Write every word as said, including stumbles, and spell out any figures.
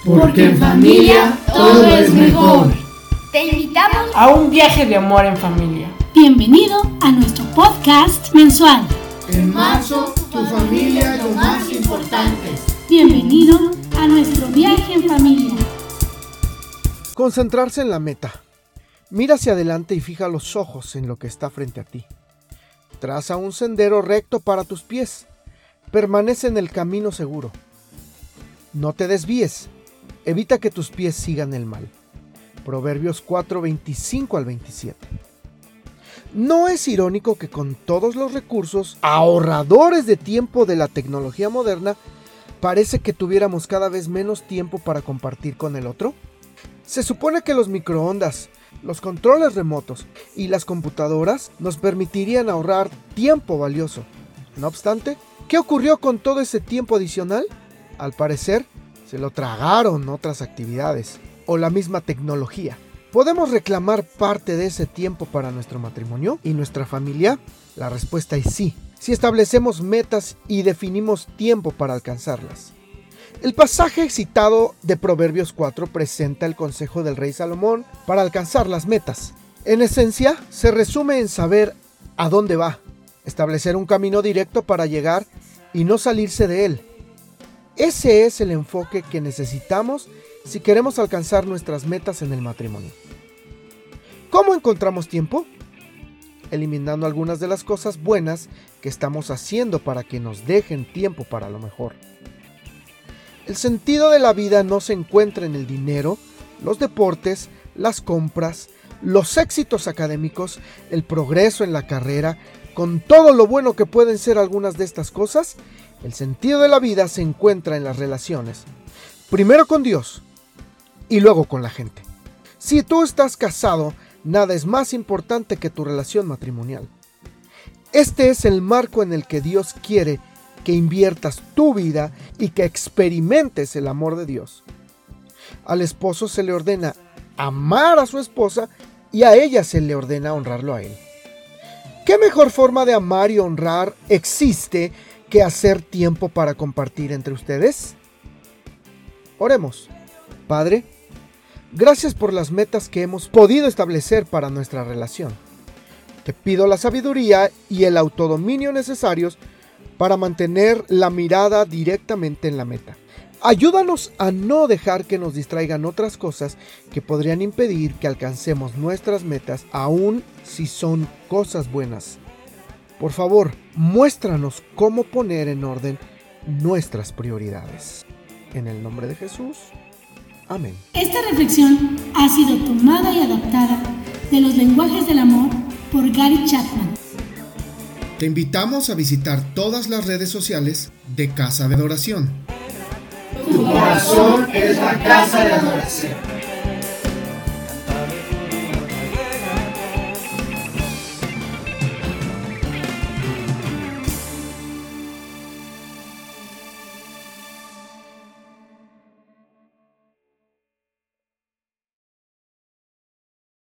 Porque en familia todo es mejor. Te invitamos a un viaje de amor en familia. Bienvenido a nuestro podcast mensual. En marzo, tu familia es lo más importante. Bienvenido a nuestro viaje en familia. Concentrarse en la meta. Mira hacia adelante y fija los ojos en lo que está frente a ti. Traza un sendero recto para tus pies. Permanece en el camino seguro. No te desvíes. Evita que tus pies sigan el mal. Proverbios cuatro, veinticinco al veintisiete. ¿No es irónico que con todos los recursos ahorradores de tiempo de la tecnología moderna, parece que tuviéramos cada vez menos tiempo para compartir con el otro? Se supone que los microondas, los controles remotos y las computadoras nos permitirían ahorrar tiempo valioso. No obstante, ¿qué ocurrió con todo ese tiempo adicional? Al parecer, se lo tragaron otras actividades o la misma tecnología. ¿Podemos reclamar parte de ese tiempo para nuestro matrimonio y nuestra familia? La respuesta es sí, si establecemos metas y definimos tiempo para alcanzarlas. El pasaje citado de Proverbios cuatro presenta el consejo del rey Salomón para alcanzar las metas. En esencia, se resume en saber a dónde va, establecer un camino directo para llegar y no salirse de él. Ese es el enfoque que necesitamos si queremos alcanzar nuestras metas en el matrimonio. ¿Cómo encontramos tiempo? Eliminando algunas de las cosas buenas que estamos haciendo para que nos dejen tiempo para lo mejor. El sentido de la vida no se encuentra en el dinero, los deportes, las compras, los éxitos académicos, el progreso en la carrera. Con todo lo bueno que pueden ser algunas de estas cosas, el sentido de la vida se encuentra en las relaciones. Primero con Dios y luego con la gente. Si tú estás casado, nada es más importante que tu relación matrimonial. Este es el marco en el que Dios quiere que inviertas tu vida y que experimentes el amor de Dios. Al esposo se le ordena amar a su esposa y a ella se le ordena honrarlo a él. ¿Qué mejor forma de amar y honrar existe que hacer tiempo para compartir entre ustedes? Oremos. Padre, gracias por las metas que hemos podido establecer para nuestra relación. Te pido la sabiduría y el autodominio necesarios para mantener la mirada directamente en la meta. Ayúdanos a no dejar que nos distraigan otras cosas que podrían impedir que alcancemos nuestras metas, aun si son cosas buenas. Por favor, muéstranos cómo poner en orden nuestras prioridades. En el nombre de Jesús. Amén. Esta reflexión ha sido tomada y adaptada de los lenguajes del amor por Gary Chapman. Te invitamos a visitar todas las redes sociales de Casa de Adoración. Tu corazón es la casa de adoración.